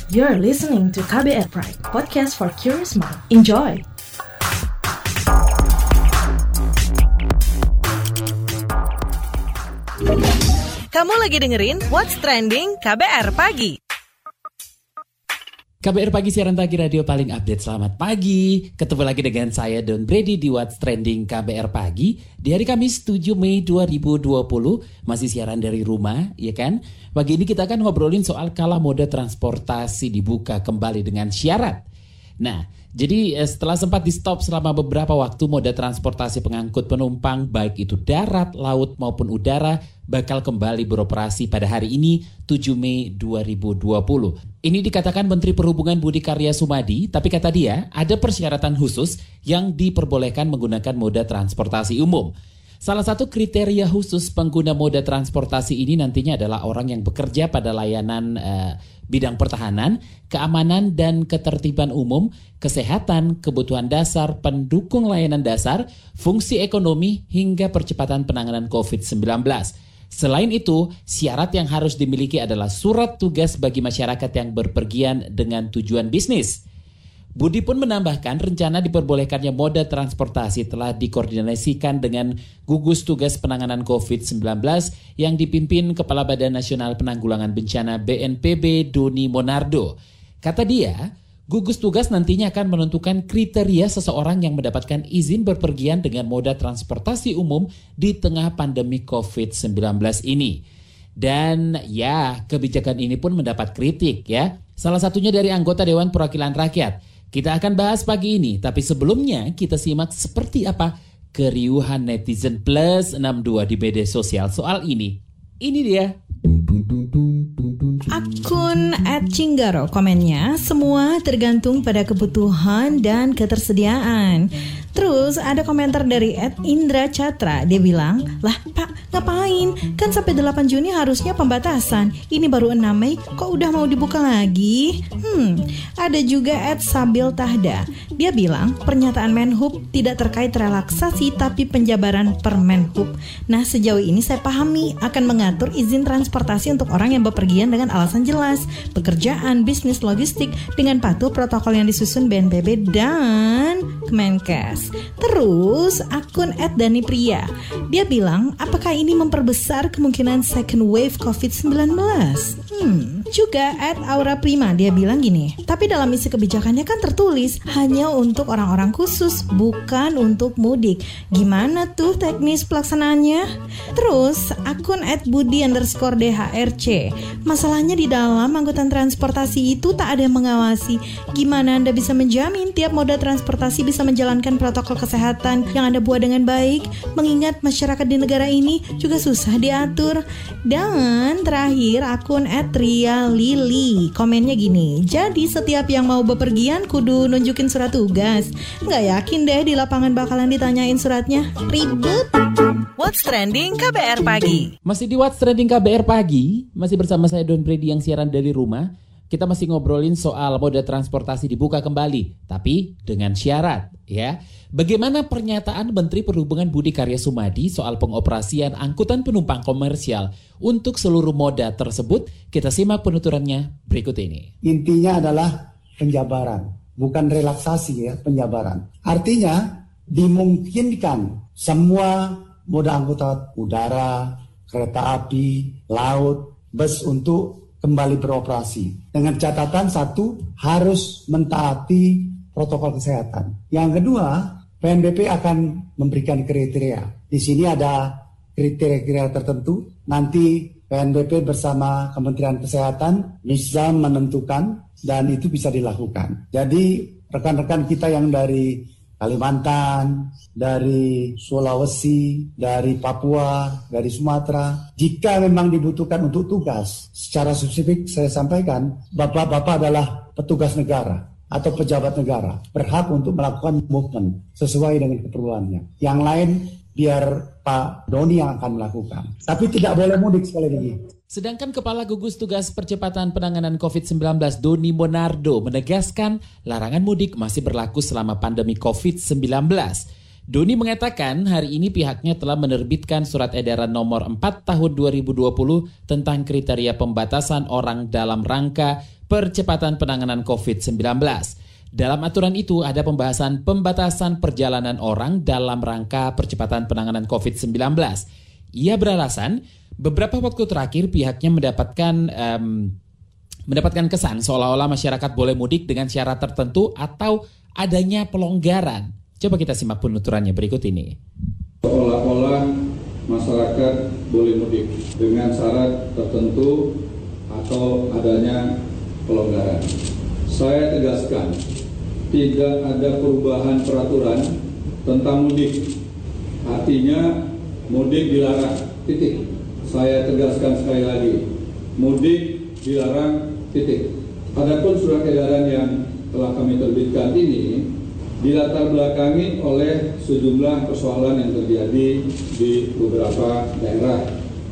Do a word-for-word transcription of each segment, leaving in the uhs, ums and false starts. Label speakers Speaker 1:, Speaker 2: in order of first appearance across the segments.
Speaker 1: You're listening to K B R Pride, podcast for curious mind. Enjoy!
Speaker 2: Kamu lagi dengerin What's Trending K B R Pagi.
Speaker 3: K B R Pagi, siaran pagi radio paling update. Selamat pagi. Ketemu lagi dengan saya Don Brady di What's Trending K B R Pagi di hari Kamis tujuh Mei dua ribu dua puluh. Masih siaran dari rumah, ya kan? Pagi ini kita akan ngobrolin soal kala moda transportasi dibuka kembali dengan syarat. Nah, jadi setelah sempat di stop selama beberapa waktu, moda transportasi pengangkut penumpang baik itu darat, laut maupun udara bakal kembali beroperasi pada hari ini tujuh Mei dua ribu dua puluh. Ini dikatakan Menteri Perhubungan Budi Karya Sumadi, tapi kata dia ada persyaratan khusus yang diperbolehkan menggunakan moda transportasi umum. Salah satu kriteria khusus pengguna moda transportasi ini nantinya adalah orang yang bekerja pada layanan uh, bidang pertahanan, keamanan dan ketertiban umum, kesehatan, kebutuhan dasar, pendukung layanan dasar, fungsi ekonomi hingga percepatan penanganan covid sembilan belas. Selain itu, syarat yang harus dimiliki adalah surat tugas bagi masyarakat yang berpergian dengan tujuan bisnis. Budi pun menambahkan rencana diperbolehkannya moda transportasi telah dikoordinasikan dengan Gugus Tugas Penanganan covid sembilan belas yang dipimpin Kepala Badan Nasional Penanggulangan Bencana B N P B Doni Monardo. Kata dia, gugus tugas nantinya akan menentukan kriteria seseorang yang mendapatkan izin berpergian dengan moda transportasi umum di tengah pandemi covid sembilan belas ini. Dan ya, kebijakan ini pun mendapat kritik ya. Salah satunya dari anggota Dewan Perwakilan Rakyat. Kita akan bahas pagi ini, tapi sebelumnya kita simak seperti apa keriuhan netizen plus enam dua di media sosial soal ini. Ini dia.
Speaker 4: Akun at Cinggaro komennya, semua tergantung pada kebutuhan dan ketersediaan. Terus ada komentar dari at Indra Catra, dia bilang, lah Pak ngapain? Kan sampai delapan Juni harusnya pembatasan. Ini baru enam Mei, kok udah mau dibuka lagi? Hmm, ada juga at Sabil Tahda, dia bilang pernyataan Menhub tidak terkait relaksasi tapi penjabaran Permenhub. Nah sejauh ini saya pahami akan mengatur izin transportasi untuk orang yang bepergian dengan alasan jelas, pekerjaan, bisnis, logistik dengan patuh protokol yang disusun B N P B dan Kemenkes. Terus akun at Dani Pria, dia bilang apakah ini memperbesar kemungkinan second wave covid sembilan belas? Hmm, juga at Aura Prima, dia bilang gini, tapi dalam isi kebijakannya kan tertulis hanya untuk orang-orang khusus, bukan untuk mudik. Gimana tuh teknis pelaksanaannya? Terus akun at Budi underscore D H R C, masalahnya di dalam angkutan transportasi itu tak ada yang mengawasi. Gimana Anda bisa menjamin tiap moda transportasi bisa menjalankan protokol kesehatan yang Anda buat dengan baik, mengingat masyarakat di negara ini juga susah diatur. Dan terakhir akun at Ria Lili, komennya gini, jadi setiap yang mau bepergian kudu nunjukin surat tugas. Nggak yakin deh di lapangan bakalan ditanyain suratnya, ribet.
Speaker 2: What's Trending K B R Pagi.
Speaker 3: Masih di What's Trending K B R Pagi, masih bersama saya Don Brady yang siaran dari rumah. Kita masih ngobrolin soal moda transportasi dibuka kembali, tapi dengan syarat ya. Bagaimana pernyataan Menteri Perhubungan Budi Karya Sumadi soal pengoperasian angkutan penumpang komersial untuk seluruh moda tersebut? Kita simak penuturannya berikut ini.
Speaker 5: Intinya adalah penjabaran, bukan relaksasi ya, penjabaran. Artinya dimungkinkan semua moda angkutan udara, kereta api, laut, bus untuk kembali beroperasi. Dengan catatan satu, harus mentaati protokol kesehatan. Yang kedua, P N B P akan memberikan kriteria. Di sini ada kriteria-kriteria tertentu. Nanti P N B P bersama Kementerian Kesehatan bisa menentukan dan itu bisa dilakukan. Jadi rekan-rekan kita yang dari Kalimantan, dari Sulawesi, dari Papua, dari Sumatera. Jika memang dibutuhkan untuk tugas, secara spesifik saya sampaikan, bapak-bapak adalah petugas negara atau pejabat negara, berhak untuk melakukan movement sesuai dengan keperluannya. Yang lain biar Pak Doni yang akan melakukan. Tapi tidak boleh mudik sekali lagi.
Speaker 3: Sedangkan Kepala Gugus Tugas Percepatan Penanganan covid sembilan belas Doni Monardo menegaskan larangan mudik masih berlaku selama pandemi covid sembilan belas. Doni mengatakan hari ini pihaknya telah menerbitkan surat edaran nomor empat tahun dua ribu dua puluh tentang kriteria pembatasan orang dalam rangka percepatan penanganan covid sembilan belas. Dalam aturan itu ada pembahasan pembatasan perjalanan orang dalam rangka percepatan penanganan covid sembilan belas. Ia beralasan beberapa waktu terakhir pihaknya mendapatkan um, mendapatkan kesan seolah-olah masyarakat boleh mudik dengan syarat tertentu atau adanya pelonggaran. Coba kita simak penuturannya berikut ini.
Speaker 6: Seolah-olah masyarakat boleh mudik dengan syarat tertentu atau adanya pelonggaran. Saya tegaskan, tidak ada perubahan peraturan tentang mudik. Artinya mudik dilarang, titik. Saya tegaskan sekali lagi, mudik dilarang, titik. Adapun surat edaran yang telah kami terbitkan ini dilatar belakangi oleh sejumlah persoalan yang terjadi di beberapa daerah.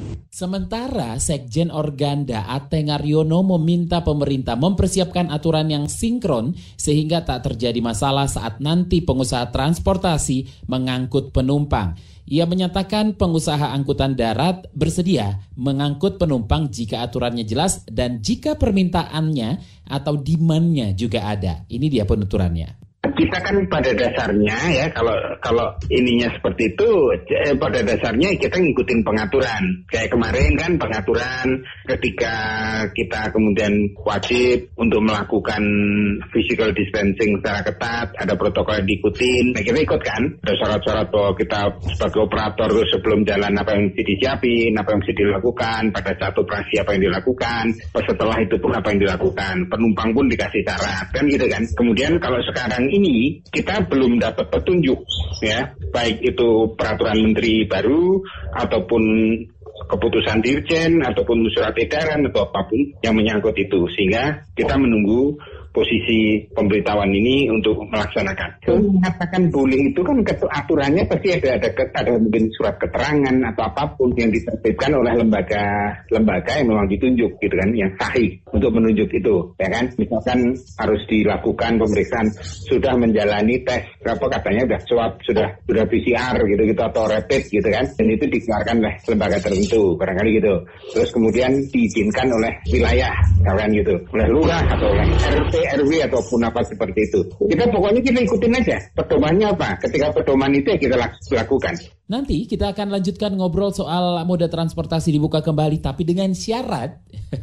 Speaker 3: Sementara Sekjen Organda Ate Ngaryono meminta pemerintah mempersiapkan aturan yang sinkron sehingga tak terjadi masalah saat nanti pengusaha transportasi mengangkut penumpang. Ia menyatakan pengusaha angkutan darat bersedia mengangkut penumpang jika aturannya jelas dan jika permintaannya atau demand-nya juga ada. Ini dia penuturannya.
Speaker 7: Kita kan pada dasarnya ya kalau kalau ininya seperti itu eh, pada dasarnya kita ngikutin pengaturan. Kayak kemarin kan pengaturan ketika kita kemudian wajib untuk melakukan physical distancing secara ketat, ada protokol yang diikutin. Nah kita ikut kan, ada syarat-syarat bahwa kita sebagai operator sebelum jalan apa yang mesti disiapin, apa yang mesti dilakukan, pada saat operasi apa yang dilakukan, setelah itu pun apa yang dilakukan. Penumpang pun dikasih syarat kan gitu kan. Kemudian kalau sekarang ini kita belum dapat petunjuk ya, baik itu peraturan menteri baru ataupun keputusan dirjen ataupun surat edaran atau apapun yang menyangkut itu, sehingga kita menunggu posisi pemberitahuan ini untuk melaksanakan. So, mengatakan boleh itu kan aturannya pasti ada ada ada mungkin surat keterangan atau apapun yang diterbitkan oleh lembaga lembaga yang memang ditunjuk gitu kan, yang sahih untuk menunjuk itu, ya kan? Misalkan harus dilakukan pemeriksaan, sudah menjalani tes apa katanya sudah swab, sudah sudah P C R gitu-gitu atau rapid gitu kan, dan itu dikeluarkan oleh lembaga tertentu barangkali gitu. Terus kemudian diizinkan oleh wilayah, kan gitu, oleh lurah atau oleh R T R W ataupun apa seperti itu. Kita pokoknya kita ikutin aja. Pedomannya apa? Ketika pedoman itu ya kita lakukan.
Speaker 3: Nanti kita akan lanjutkan ngobrol soal moda transportasi dibuka kembali, tapi dengan syarat.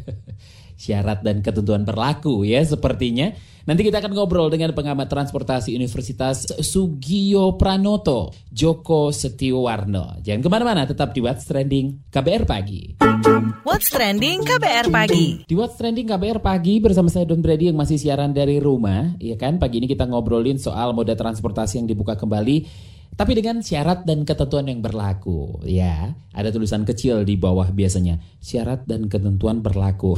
Speaker 3: Syarat dan ketentuan berlaku ya sepertinya. Nanti kita akan ngobrol dengan pengamat transportasi Universitas Sugiyo Pranoto, Joko Setiowarno. Jangan kemana-mana, tetap di What's Trending K B R Pagi.
Speaker 2: What's Trending K B R Pagi.
Speaker 3: Di What's Trending K B R Pagi bersama saya Don Brady yang masih siaran dari rumah, ya kan? Pagi ini kita ngobrolin soal moda transportasi yang dibuka kembali, tapi dengan syarat dan ketentuan yang berlaku. Ya, ada tulisan kecil di bawah biasanya, syarat dan ketentuan berlaku.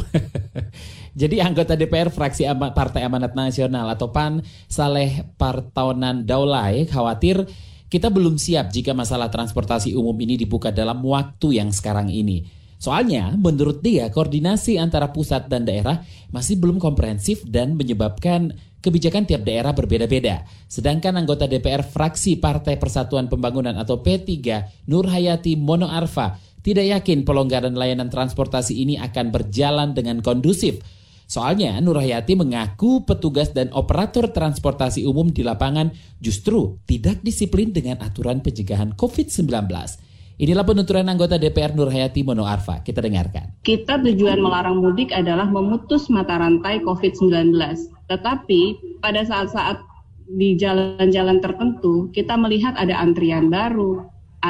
Speaker 3: Jadi anggota D P R fraksi Partai Amanat Nasional atau P A N, Saleh Partonan Daulay, khawatir kita belum siap jika masalah transportasi umum ini dibuka dalam waktu yang sekarang ini. Soalnya menurut dia koordinasi antara pusat dan daerah masih belum komprehensif dan menyebabkan kebijakan tiap daerah berbeda-beda. Sedangkan anggota D P R fraksi Partai Persatuan Pembangunan atau P tiga, Nurhayati Monoarfa, tidak yakin pelonggaran layanan transportasi ini akan berjalan dengan kondusif. Soalnya Nurhayati mengaku petugas dan operator transportasi umum di lapangan justru tidak disiplin dengan aturan pencegahan covid sembilan belas. Inilah penuturan anggota D P R Nurhayati Monoarfa. Kita dengarkan.
Speaker 8: Kita tujuan melarang mudik adalah memutus mata rantai covid sembilan belas. Tetapi pada saat-saat di jalan-jalan tertentu kita melihat ada antrian baru,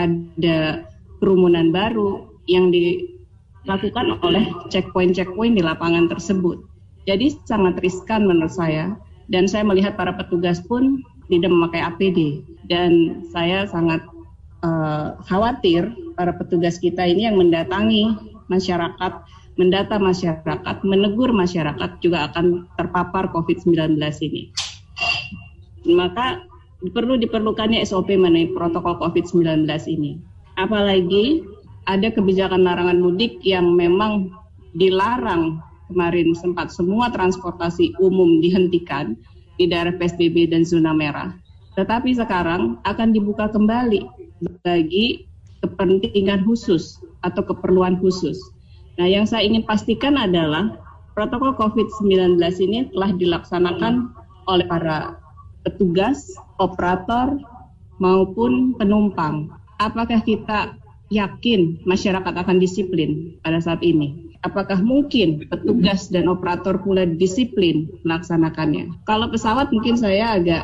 Speaker 8: ada kerumunan baru yang dilakukan oleh checkpoint-checkpoint di lapangan tersebut. Jadi sangat riskan menurut saya, dan saya melihat para petugas pun tidak memakai A P D, dan saya sangat uh, khawatir para petugas kita ini yang mendatangi masyarakat, mendata masyarakat, menegur masyarakat juga akan terpapar covid sembilan belas ini. Maka perlu diperlukannya S O P mengenai protokol covid sembilan belas ini. Apalagi ada kebijakan larangan mudik yang memang dilarang. Kemarin sempat semua transportasi umum dihentikan di daerah P S B B dan zona merah. Tetapi sekarang akan dibuka kembali bagi kepentingan khusus atau keperluan khusus. Nah, yang saya ingin pastikan adalah protokol covid sembilan belas ini telah dilaksanakan oleh para petugas, operator, maupun penumpang. Apakah kita yakin masyarakat akan disiplin pada saat ini? Apakah mungkin petugas dan operator pula disiplin melaksanakannya? Kalau pesawat mungkin saya agak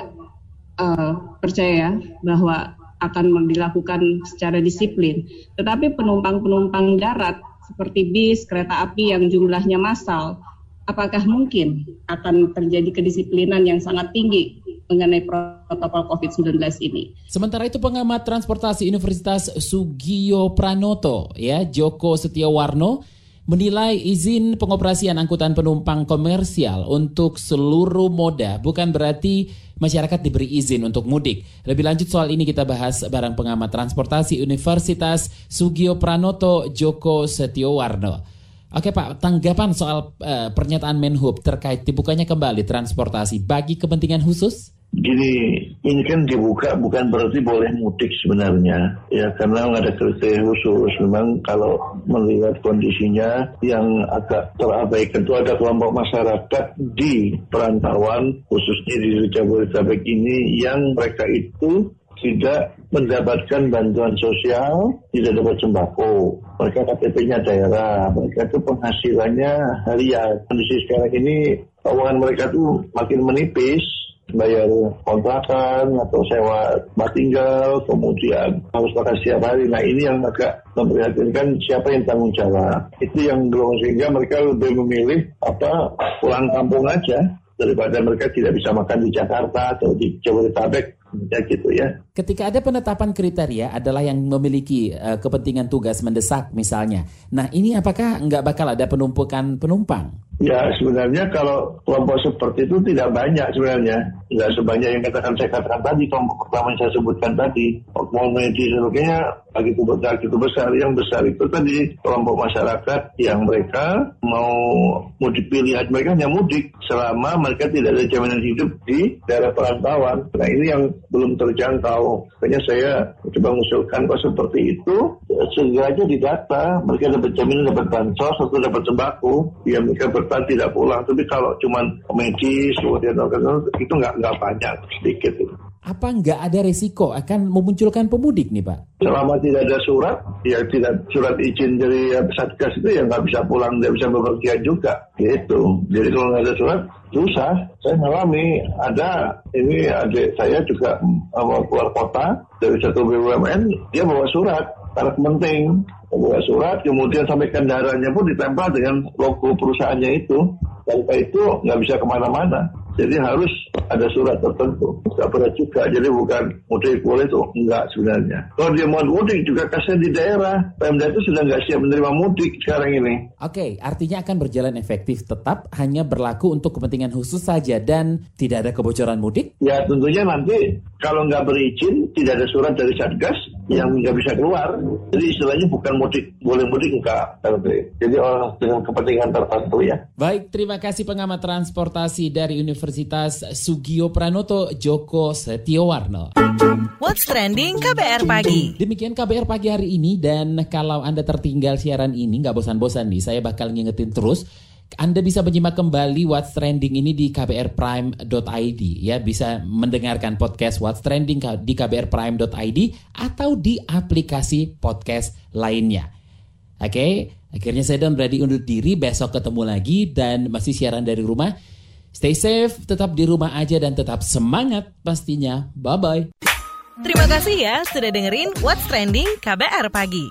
Speaker 8: uh, percaya bahwa akan dilakukan secara disiplin. Tetapi penumpang-penumpang darat seperti bis, kereta api yang jumlahnya massal, apakah mungkin akan terjadi kedisiplinan yang sangat tinggi mengenai protokol covid sembilan belas ini?
Speaker 3: Sementara itu pengamat transportasi Universitas Sugio Pranoto, ya, Joko Setiawarno, menilai izin pengoperasian angkutan penumpang komersial untuk seluruh moda bukan berarti masyarakat diberi izin untuk mudik. Lebih lanjut soal ini kita bahas bareng pengamat transportasi Universitas Sugio Pranoto, Joko Setiawarno. Oke Pak, tanggapan soal uh, pernyataan Menhub terkait dibukanya kembali transportasi bagi kepentingan khusus?
Speaker 9: Gini, ini kan dibuka bukan berarti boleh mudik sebenarnya, ya karena nggak ada kriteria khusus. Memang kalau melihat kondisinya yang agak terabaikan itu ada kelompok masyarakat di perantauan, khususnya di Jabodetabek ini, yang mereka itu tidak mendapatkan bantuan sosial, tidak dapat sembako. Mereka K T P-nya daerah, mereka itu penghasilannya harian. Kondisi sekarang ini keuangan mereka tuh makin menipis, bayar kontrakan atau sewa tempat tinggal, kemudian harus makan setiap hari. Nah ini yang agak memprihatinkan, siapa yang tanggung jawab. Itu yang belum, sehingga mereka lebih memilih apa pulang kampung aja daripada mereka tidak bisa makan di Jakarta atau di Jabodetabek. Ya gitu ya.
Speaker 3: Ketika ada penetapan kriteria adalah yang memiliki uh, kepentingan tugas mendesak misalnya. Nah ini apakah nggak bakal ada penumpukan penumpang?
Speaker 9: Ya sebenarnya kalau kelompok seperti itu tidak banyak sebenarnya. Nggak sebanyak yang katakan saya katakan tadi, kelompok pertama yang saya sebutkan tadi. Mau medis sebagainya begitu besar, begitu besar. Yang besar itu tadi kelompok masyarakat yang mereka mau mudik, pilihan mereka hanya mudik selama mereka tidak ada jaminan hidup di daerah perantauan. Nah ini yang belum terjangkau. Makanya saya coba mengusulkan kalau seperti itu segera aja didata, mereka dapat jaminan, dapat bansos atau dapat sembako, ya mereka bertahan tidak pulang. Tapi kalau cuma medis kemudian itu nggak nggak banyak, sedikit.
Speaker 3: Apa nggak ada resiko akan memunculkan pemudik nih Pak?
Speaker 9: Selama tidak ada surat, ya tidak surat izin dari Satgas itu ya nggak bisa pulang, nggak bisa bepergian juga. Gitu. Jadi kalau nggak ada surat, susah. Saya mengalami, ada ini adik saya juga mau keluar kota dari satu B U M N, dia bawa surat karena penting. Bawa surat, kemudian sampai kendaraannya pun ditempel dengan logo perusahaannya itu. Tanpa itu nggak bisa kemana-mana. Jadi harus ada surat tertentu. Nggak berat juga. Jadi bukan mudik boleh itu. Enggak sebenarnya. Kalau dia mau mudik juga kasihan di daerah. Pemda itu sudah nggak siap menerima mudik sekarang ini.
Speaker 3: Oke, artinya akan berjalan efektif. Tetap hanya berlaku untuk kepentingan khusus saja. Dan tidak ada kebocoran mudik?
Speaker 9: Ya tentunya nanti kalau nggak berizin, tidak ada surat dari Satgas yang nggak bisa keluar. Jadi istilahnya bukan mudik, boleh mudik enggak. Jadi orang dengan kepentingan tertentu ya.
Speaker 3: Baik, terima kasih pengamat transportasi dari Universitas Sugio Pranoto, Joko Setiawarno.
Speaker 2: What's Trending K B R Pagi.
Speaker 3: Demikian K B R Pagi hari ini, dan kalau Anda tertinggal siaran ini, nggak bosan-bosan nih, saya bakal ngingetin terus. Anda bisa menyimak kembali What's Trending ini di k b r prime dot i d, ya, bisa mendengarkan podcast What's Trending di k b r prime dot i d atau di aplikasi podcast lainnya. Oke, okay? Akhirnya saya dan Brady undur diri, besok ketemu lagi dan masih siaran dari rumah. Stay safe, tetap di rumah aja dan tetap semangat pastinya. Bye-bye.
Speaker 2: Terima kasih ya sudah dengerin What's Trending K B R Pagi.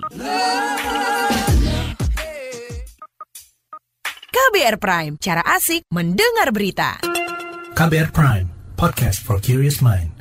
Speaker 2: K B R Prime, cara asik mendengar berita.
Speaker 10: K B R Prime, podcast for curious mind.